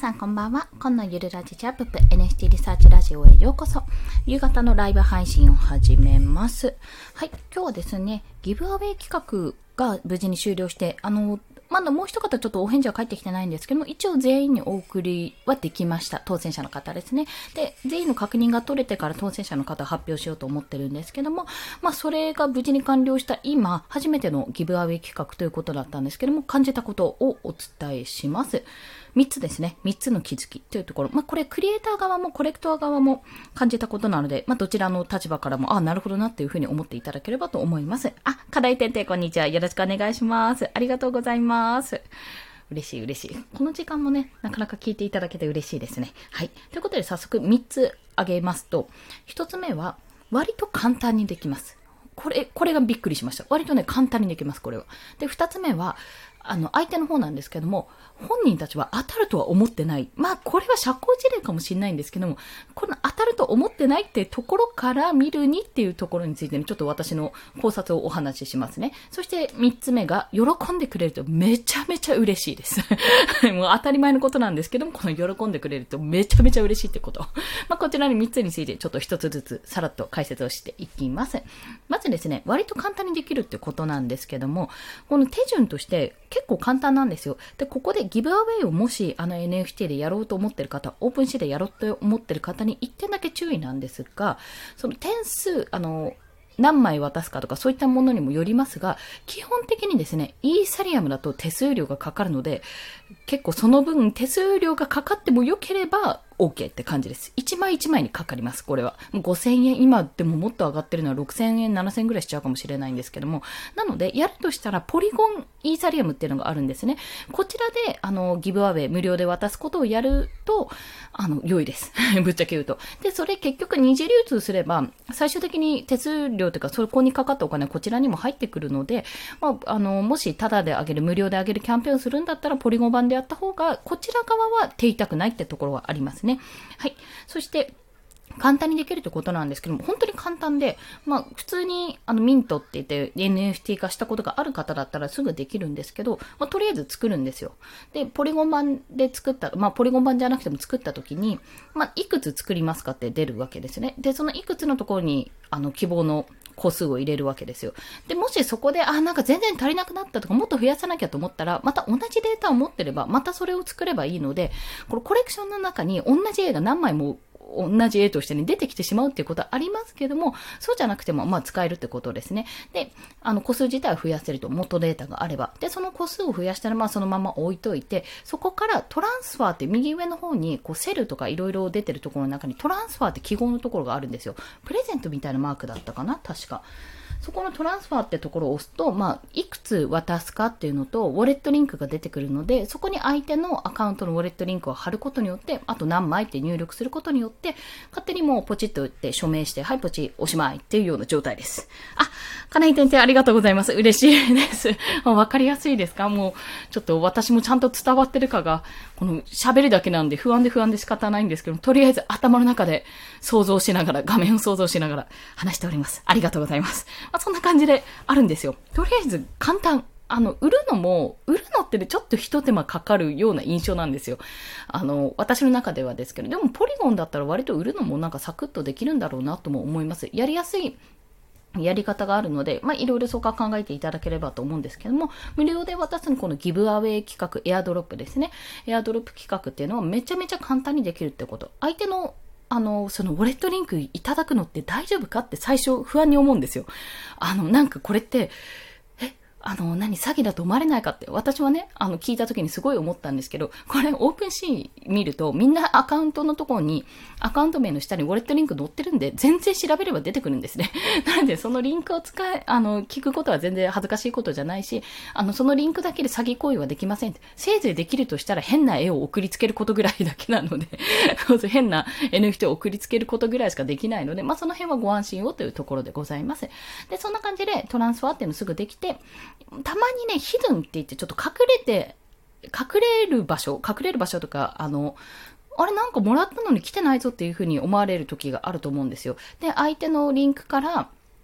さんこんばんは。今のゆるラジチャップ NFT リサーチラジオへようこそ。夕方のライブ配信を始めます。はい、今日はですね、ギブアウェイ企画が無事に終了して、まだもう一方ちょっとお返事は返ってきてないんですけども、一応全員にお送りはできました。当選者の方ですね。で、全員の確認が取れてから当選者の方を発表しようと思ってるんですけども、それが無事に完了した今、初めてのギブアウェイ企画ということだったんですけども、感じたことをお伝えします。3つですね。3つの気づきというところ。これクリエイター側もコレクター側も感じたことなので、どちらの立場からも、なるほどなっていうふうに思っていただければと思います。課題点々こんにちは。よろしくお願いします。ありがとうございます。嬉しい。この時間もね、なかなか聞いていただけて嬉しいですね。はい。ということで早速3つ挙げますと、1つ目は割と簡単にできます。これがびっくりしました。割とね、簡単にできます、これは。で、2つ目は、相手の方なんですけども、本人たちは当たるとは思ってない。これは社交辞令かもしれないんですけども、この当たると思ってないっていうところから見るにっていうところについてね、ちょっと私の考察をお話ししますね。そして3つ目が、喜んでくれるとめちゃめちゃ嬉しいです。もう当たり前のことなんですけども、この喜んでくれるとめちゃめちゃ嬉しいってこと。こちらに3つについてちょっと1つずつさらっと解説をしていきます。まずですね、割と簡単にできるってことなんですけども、この手順として結構簡単なんですよ。で、ここでギブアウェイをもしNFT でやろうと思ってる方、オープンシーでやろうと思ってる方に1点だけ注意なんですが、その点数、何枚渡すかとかそういったものにもよりますが、基本的にですね、イーサリアムだと手数料がかかるので、結構その分手数料がかかっても良ければ OK って感じです。1枚1枚にかかります、これは。5000円、今でももっと上がってるのは6000円、7000円ぐらいしちゃうかもしれないんですけども、なので、やるとしたらポリゴンイーサリアムっていうのがあるんですね。こちらで、ギブアウェイ無料で渡すことをやると、良いです。ぶっちゃけ言うと。で、それ結局二次流通すれば、最終的に手数料というか、そこにかかったお金はこちらにも入ってくるので、もしタダであげる、無料であげるキャンペーンをするんだったら、ポリゴン版でやった方が、こちら側は手痛くないってところはありますね。はい。そして、簡単にできるってことなんですけども、本当に簡単で、普通に、ミントって言って NFT 化したことがある方だったらすぐできるんですけど、とりあえず作るんですよ。で、ポリゴン版で作った、ポリゴン版じゃなくても作った時に、いくつ作りますかって出るわけですね。で、そのいくつのところに、希望の個数を入れるわけですよ。で、もしそこで、なんか全然足りなくなったとか、もっと増やさなきゃと思ったら、また同じデータを持ってれば、またそれを作ればいいので、このコレクションの中に同じ絵が何枚も同じ絵としてね、出てきてしまうっていうことはありますけども、そうじゃなくても、使えるってことですね。で、個数自体を増やせると、元データがあれば。で、その個数を増やしたら、そのまま置いといて、そこからトランスファーって右上の方に、セルとかいろいろ出てるところの中にトランスファーって記号のところがあるんですよ。プレゼントみたいなマークだったかな確か。そこのトランスファーってところを押すと、いくつ渡すかっていうのと、ウォレットリンクが出てくるので、そこに相手のアカウントのウォレットリンクを貼ることによって、あと何枚って入力することによって、勝手にもうポチッと打って署名して、はい、ポチ、おしまいっていうような状態です。金井先生ありがとうございます。嬉しいです。わかりやすいですか？もう、ちょっと私もちゃんと伝わってるかが、この喋るだけなんで不安で仕方ないんですけど、とりあえず頭の中で想像しながら、画面を想像しながら話しております。ありがとうございます。そんな感じであるんですよ。とりあえず簡単。売るのってね、ちょっと一手間かかるような印象なんですよ。私の中ではですけど、でもポリゴンだったら割と売るのもなんかサクッとできるんだろうなとも思います。やりやすいやり方があるので、いろいろそこは考えていただければと思うんですけども、無料で渡すこのギブアウェイ企画、エアドロップですね。エアドロップ企画っていうのはめちゃめちゃ簡単にできるってこと。相手のそのウォレットリンクいただくのって大丈夫かって最初不安に思うんですよ。なんかこれって、詐欺だと思われないかって、私はね、聞いた時にすごい思ったんですけど、これオープンシー見ると、みんなアカウントのところに、アカウント名の下にウォレットリンク載ってるんで、全然調べれば出てくるんですね。なので、そのリンクを聞くことは全然恥ずかしいことじゃないし、そのリンクだけで詐欺行為はできません。せいぜいできるとしたら変な絵を送りつけることぐらいだけなので、変な NFT を送りつけることぐらいしかできないので、その辺はご安心をというところでございます。で、そんな感じでトランスファーっていうのすぐできて、たまにね、ヒドゥンって言ってちょっと隠れる場所とか、あれなんかもらったのに来てないぞっていう風に思われる時があると思うんですよ。で、相手のリンクから、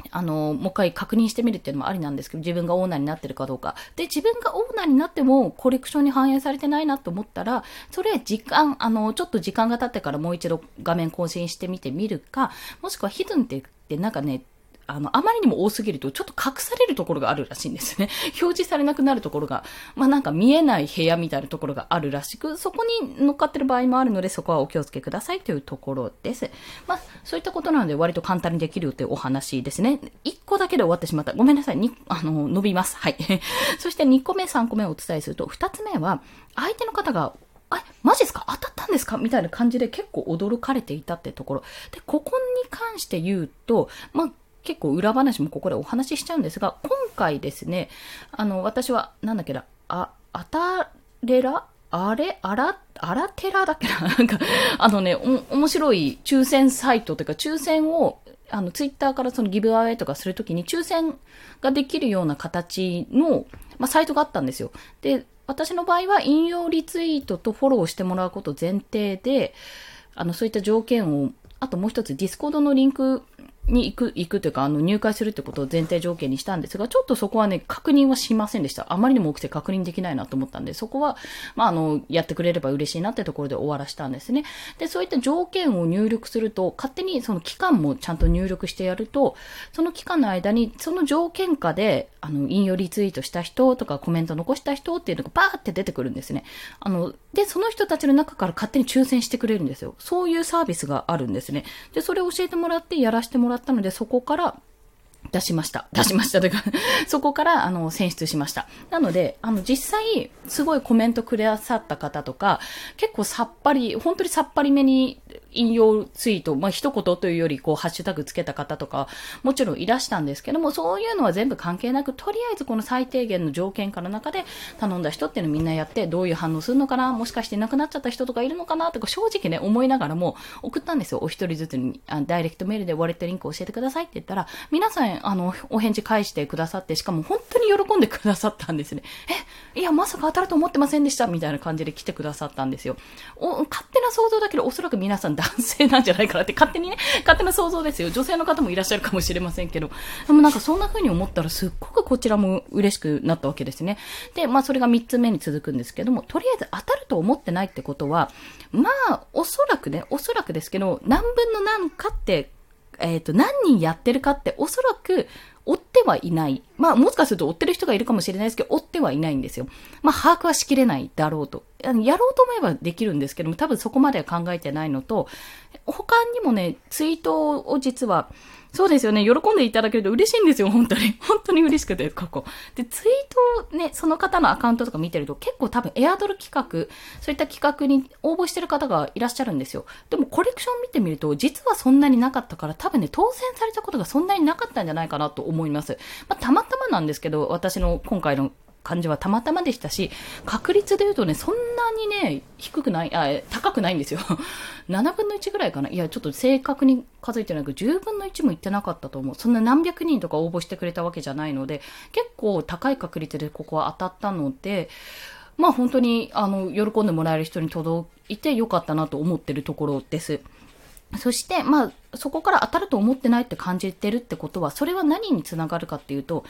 もう一回確認してみるっていうのもありなんですけど、自分がオーナーになってるかどうか。で、自分がオーナーになってもコレクションに反映されてないなと思ったら、それちょっと時間が経ってからもう一度画面更新してみてみるか、もしくはヒドゥンって言ってなんかね、あまりにも多すぎるとちょっと隠されるところがあるらしいんですね。表示されなくなるところが、なんか見えない部屋みたいなところがあるらしく、そこに乗っかってる場合もあるので、そこはお気をつけくださいというところです。そういったことなので割と簡単にできるというお話ですね。1個だけで終わってしまった。ごめんなさい。伸びます。はい。そして2個目、3個目をお伝えすると、2つ目は、相手の方がマジですか当たったんですかみたいな感じで結構驚かれていたってところ。で、ここに関して言うと、結構裏話もここでお話ししちゃうんですが、今回ですね、私は、アタレラアラテラだっけななんか、面白い抽選サイトというか、抽選を、ツイッターからそのギブアウェイとかするときに抽選ができるような形の、サイトがあったんですよ。で、私の場合は引用リツイートとフォローしてもらうこと前提で、そういった条件を、あともう一つディスコードのリンクに行くというか、入会するってことを前提条件にしたんですが、ちょっとそこはね、確認はしませんでした。あまりにも多くて確認できないなと思ったんで、そこは、やってくれれば嬉しいなってところで終わらしたんですね。で、そういった条件を入力すると、勝手にその期間もちゃんと入力してやると、その期間の間に、その条件下で、引用リツイートした人とかコメント残した人っていうのがバーって出てくるんですね。で、その人たちの中から勝手に抽選してくれるんですよ。そういうサービスがあるんですね。で、それを教えてもらってやらせてもらったので、そこから出しましたというかそこから選出しました。なので実際すごいコメントくださった方とか、結構本当にさっぱりめに引用ツイート、一言というよりハッシュタグつけた方とかもちろんいらしたんですけども、そういうのは全部関係なく、とりあえずこの最低限の条件から中で頼んだ人っていうのをみんなやって、どういう反応するのかな、もしかしていなくなっちゃった人とかいるのかなとか、正直ね思いながらも送ったんですよ。お一人ずつにダイレクトメールでウォレットリンク教えてくださいって言ったら、皆さんお返事返してくださって、しかも本当に喜んでくださったんですね。いやまさか当たると思ってませんでしたみたいな感じで来てくださったんですよ。勝手な想像だけど、おそらく皆さん男性なんじゃないかなって勝手な想像ですよ。女性の方もいらっしゃるかもしれませんけど、でもなんかそんな風に思ったらすっごくこちらも嬉しくなったわけですね。で、それが3つ目に続くんですけども、とりあえず当たると思ってないってことは、おそらくですけど、何分の何かって、何人やってるかっておそらく追ってはいない。もしかすると追ってる人がいるかもしれないですけど、追ってはいないんですよ。把握はしきれないだろうと。やろうと思えばできるんですけども、多分そこまでは考えてないのと、他にもね、ツイートを実は、そうですよね、喜んでいただけると嬉しいんですよ、本当に。本当に嬉しくて、過去。で、ツイートをね、その方のアカウントとか見てると、結構多分エアドル企画、そういった企画に応募してる方がいらっしゃるんですよ。でもコレクション見てみると、実はそんなになかったから、多分ね、当選されたことがそんなになかったんじゃないかなと思います。たまたまなんですけど、私の今回の感じはたまたまでしたし、確率で言うとね、そんなにね、高くないんですよ。7分の1ぐらいかな。いや、ちょっと正確に数えてないけど、10分の1もいってなかったと思う。そんな何百人とか応募してくれたわけじゃないので、結構高い確率でここは当たったので、本当に、喜んでもらえる人に届いてよかったなと思ってるところです。そして、そこから当たると思ってないって感じてるってことは、それは何につながるかっていうと、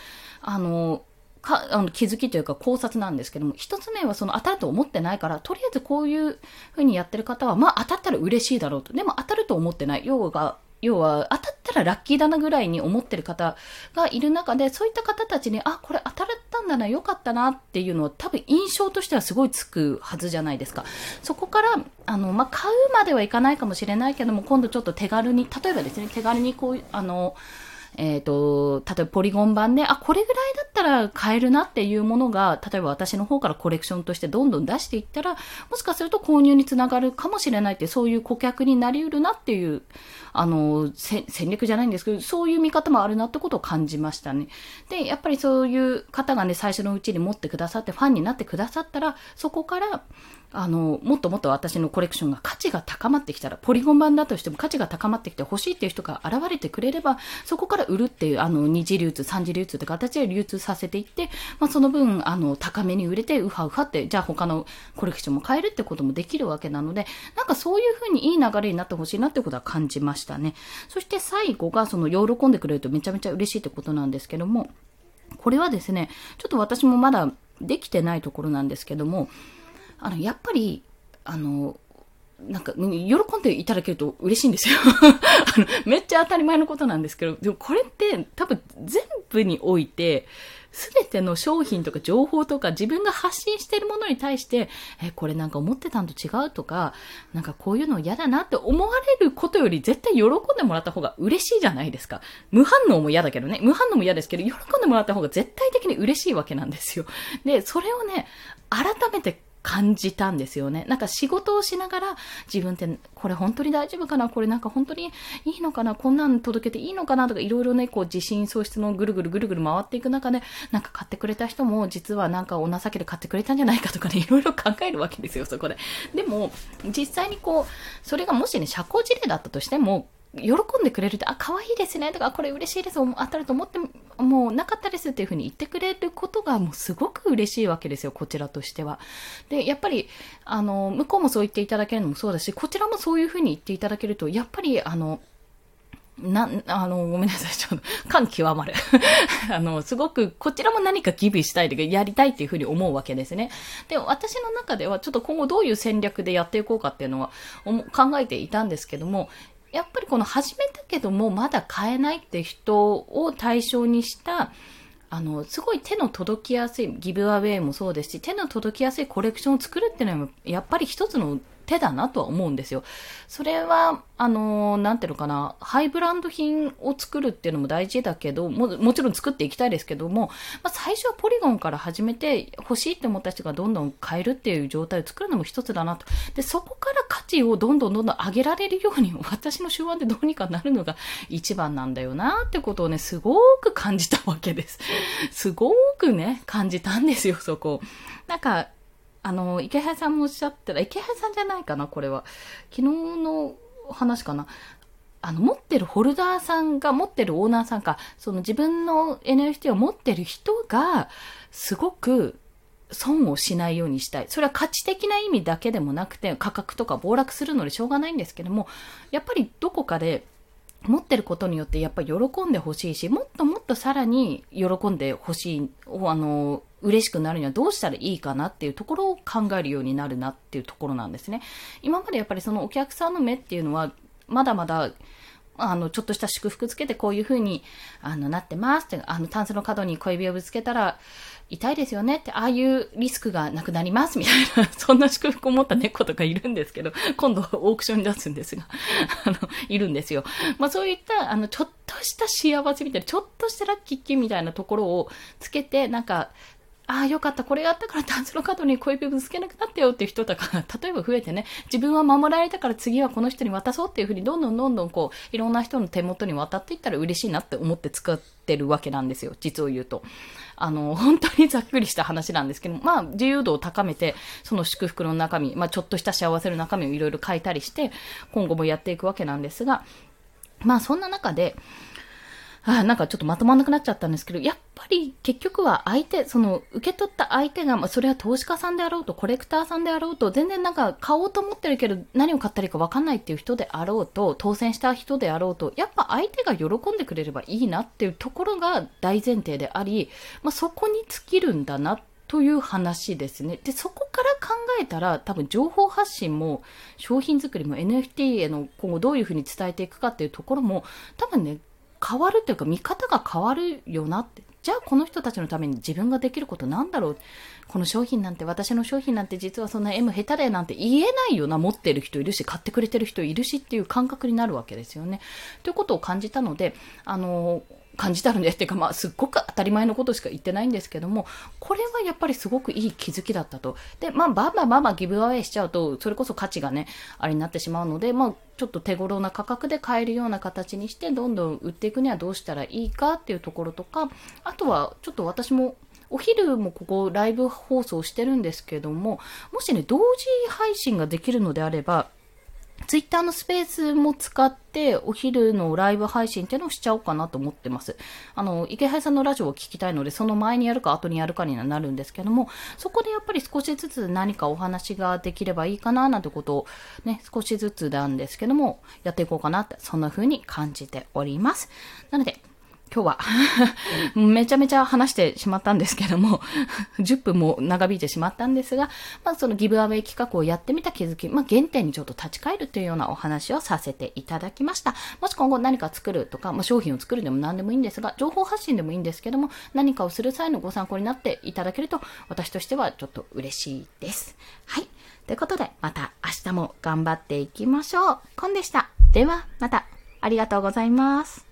気づきというか考察なんですけども、一つ目はその当たると思ってないから、とりあえずこういう風にやってる方は、当たったら嬉しいだろうと。でも当たると思ってない。要は当たったらラッキーだなぐらいに思ってる方がいる中で、そういった方たちに、これ当たったんだな、よかったなっていうのは多分印象としてはすごいつくはずじゃないですか。そこから、買うまではいかないかもしれないけども、今度ちょっと手軽に、例えばですね、手軽にこういう、例えばポリゴン版で、これぐらいだったら買えるなっていうものが、例えば私の方からコレクションとしてどんどん出していったら、もしかすると購入につながるかもしれないって、そういう顧客になり得るなっていう、戦略じゃないんですけど、そういう見方もあるなってことを感じましたね。で、やっぱりそういう方がね、最初のうちに持ってくださって、ファンになってくださったら、そこから、 もっともっと私のコレクションが価値が高まってきたら、ポリゴン版だとしても価値が高まってきて欲しいっていう人が現れてくれれば、そこから売るっていう、二次流通、三次流通って形で流通させていって、その分、高めに売れて、ウハウハって、じゃあ他のコレクションも買えるってこともできるわけなので、なんかそういう風にいい流れになってほしいなってことは感じましたね。そして最後が、喜んでくれるとめちゃめちゃ嬉しいってことなんですけども、これはですね、ちょっと私もまだできてないところなんですけども、やっぱり、なんか、喜んでいただけると嬉しいんですよ。めっちゃ当たり前のことなんですけど、でもこれって多分全部において、すべての商品とか情報とか自分が発信しているものに対して、これなんか思ってたのと違うとか、なんかこういうの嫌だなって思われることより絶対喜んでもらった方が嬉しいじゃないですか。無反応も嫌だけどね。無反応も嫌ですけど、喜んでもらった方が絶対的に嬉しいわけなんですよ。で、それをね、改めて感じたんですよね。なんか仕事をしながら自分ってこれ本当に大丈夫かな、これなんか本当にいいのかな、こんなん届けていいのかなとかいろいろね、こう自信喪失のぐるぐるぐるぐる回っていく中で、なんか買ってくれた人も実はなんかお情けで買ってくれたんじゃないかとかね、いろいろ考えるわけですよ、そこで。でも実際にこう、それがもしね、社交辞令だったとしても、喜んでくれると、可愛いですねとか、これ嬉しいです、当たると思ってもうなかったですっていう風に言ってくれることがもうすごく嬉しいわけですよ、こちらとしては。で、やっぱり、向こうもそう言っていただけるのもそうだし、こちらもそういう風に言っていただけると、やっぱり、ごめんなさい、ちょっと、感極まる。すごく、こちらも何かギブしたいとか、やりたいっていうふうに思うわけですね。で、私の中では、ちょっと今後どういう戦略でやっていこうかっていうのは、考えていたんですけども、やっぱりこの始めたけども、まだ買えないって人を対象にした、すごい手の届きやすい、ギブアウェイもそうですし、手の届きやすいコレクションを作るっていうのは、やっぱり一つの手だなとは思うんですよ。それは、なんていうのかな、ハイブランド品を作るっていうのも大事だけど、もちろん作っていきたいですけども、最初はポリゴンから始めて、欲しいって思った人がどんどん買えるっていう状態を作るのも一つだなと。で、そこから価値をどんどん上げられるように、私の手腕でどうにかなるのが一番なんだよなってことをね、すごく感じたわけです。すごくね、感じたんですよ、そこ。なんか、池原さんもおっしゃってた、池原さんじゃないかな、これは。昨日の話かな。持ってるホルダーさんが、持ってるオーナーさんか、その自分の NFT を持ってる人が、すごく損をしないようにしたい。それは価値的な意味だけでもなくて、価格とか暴落するのでしょうがないんですけども、やっぱりどこかで、持ってることによってやっぱり喜んでほしいし、もっともっとさらに喜んでほしい、嬉しくなるにはどうしたらいいかなっていうところを考えるようになるなっていうところなんですね。今までやっぱりそのお客さんの目っていうのは、まだまだ、ちょっとした祝福つけてこういう風に、なってますって、タンスの角に小指をぶつけたら、痛いですよねって、ああいうリスクがなくなりますみたいな、そんな祝福を持った猫とかいるんですけど、今度オークションに出すんですが、いるんですよ。そういった、ちょっとした幸せみたいな、ちょっとしたラッキーみたいなところをつけて、なんか、よかった、これがあったからタンスの角に小指をぶつけなくなったよっていう人とか、例えば増えてね、自分は守られたから次はこの人に渡そうっていうふうに、どんどんこう、いろんな人の手元に渡っていったら嬉しいなって思って使ってるわけなんですよ、実を言うと。本当にざっくりした話なんですけど、自由度を高めて、その祝福の中身、ちょっとした幸せの中身をいろいろ変えたりして、今後もやっていくわけなんですが、そんな中で、なんかちょっとまとまんなくなっちゃったんですけど、やっぱり結局は相手、その受け取った相手が、それは投資家さんであろうと、コレクターさんであろうと、全然なんか買おうと思ってるけど、何を買ったらいいか分かんないっていう人であろうと、当選した人であろうと、やっぱ相手が喜んでくれればいいなっていうところが大前提であり、そこに尽きるんだなという話ですね。で、そこから考えたら、多分情報発信も商品作りも NFT への今後どういうふうに伝えていくかっていうところも、多分ね、変わるというか見方が変わるよなって。じゃあこの人たちのために自分ができることなんだろう。この商品なんて、私の商品なんて実はそんな M 下手でなんて言えないよな、持ってる人いるし、買ってくれてる人いるしっていう感覚になるわけですよね。ということを感じたので、感じたのでっていうか、すっごく当たり前のことしか言ってないんですけども、これはやっぱりすごくいい気づきだったと。で、バンバンギブアウェイしちゃうと、それこそ価値がね、あれになってしまうので、ちょっと手頃な価格で買えるような形にして、どんどん売っていくにはどうしたらいいかっていうところとか、あとは、ちょっと私も、 お昼もここライブ放送してるんですけども、もしね、同時配信ができるのであれば、ツイッターのスペースも使ってお昼のライブ配信っていうのをしちゃおうかなと思ってます。池原さんのラジオを聞きたいので、その前にやるか後にやるかにはなるんですけども、そこでやっぱり少しずつ何かお話ができればいいかななんてことをね、少しずつなんですけども、やっていこうかなって、そんな風に感じております。なので、今日はめちゃめちゃ話してしまったんですけども10分も長引いてしまったんですが、そのギブアウェイ企画をやってみた気づき、原点にちょっと立ち返るというようなお話をさせていただきました。もし今後何か作るとか、商品を作るでも何でもいいんですが、情報発信でもいいんですけども、何かをする際のご参考になっていただけると、私としてはちょっと嬉しいです。はい。ということで、また明日も頑張っていきましょう。コンでした。では、また。ありがとうございます。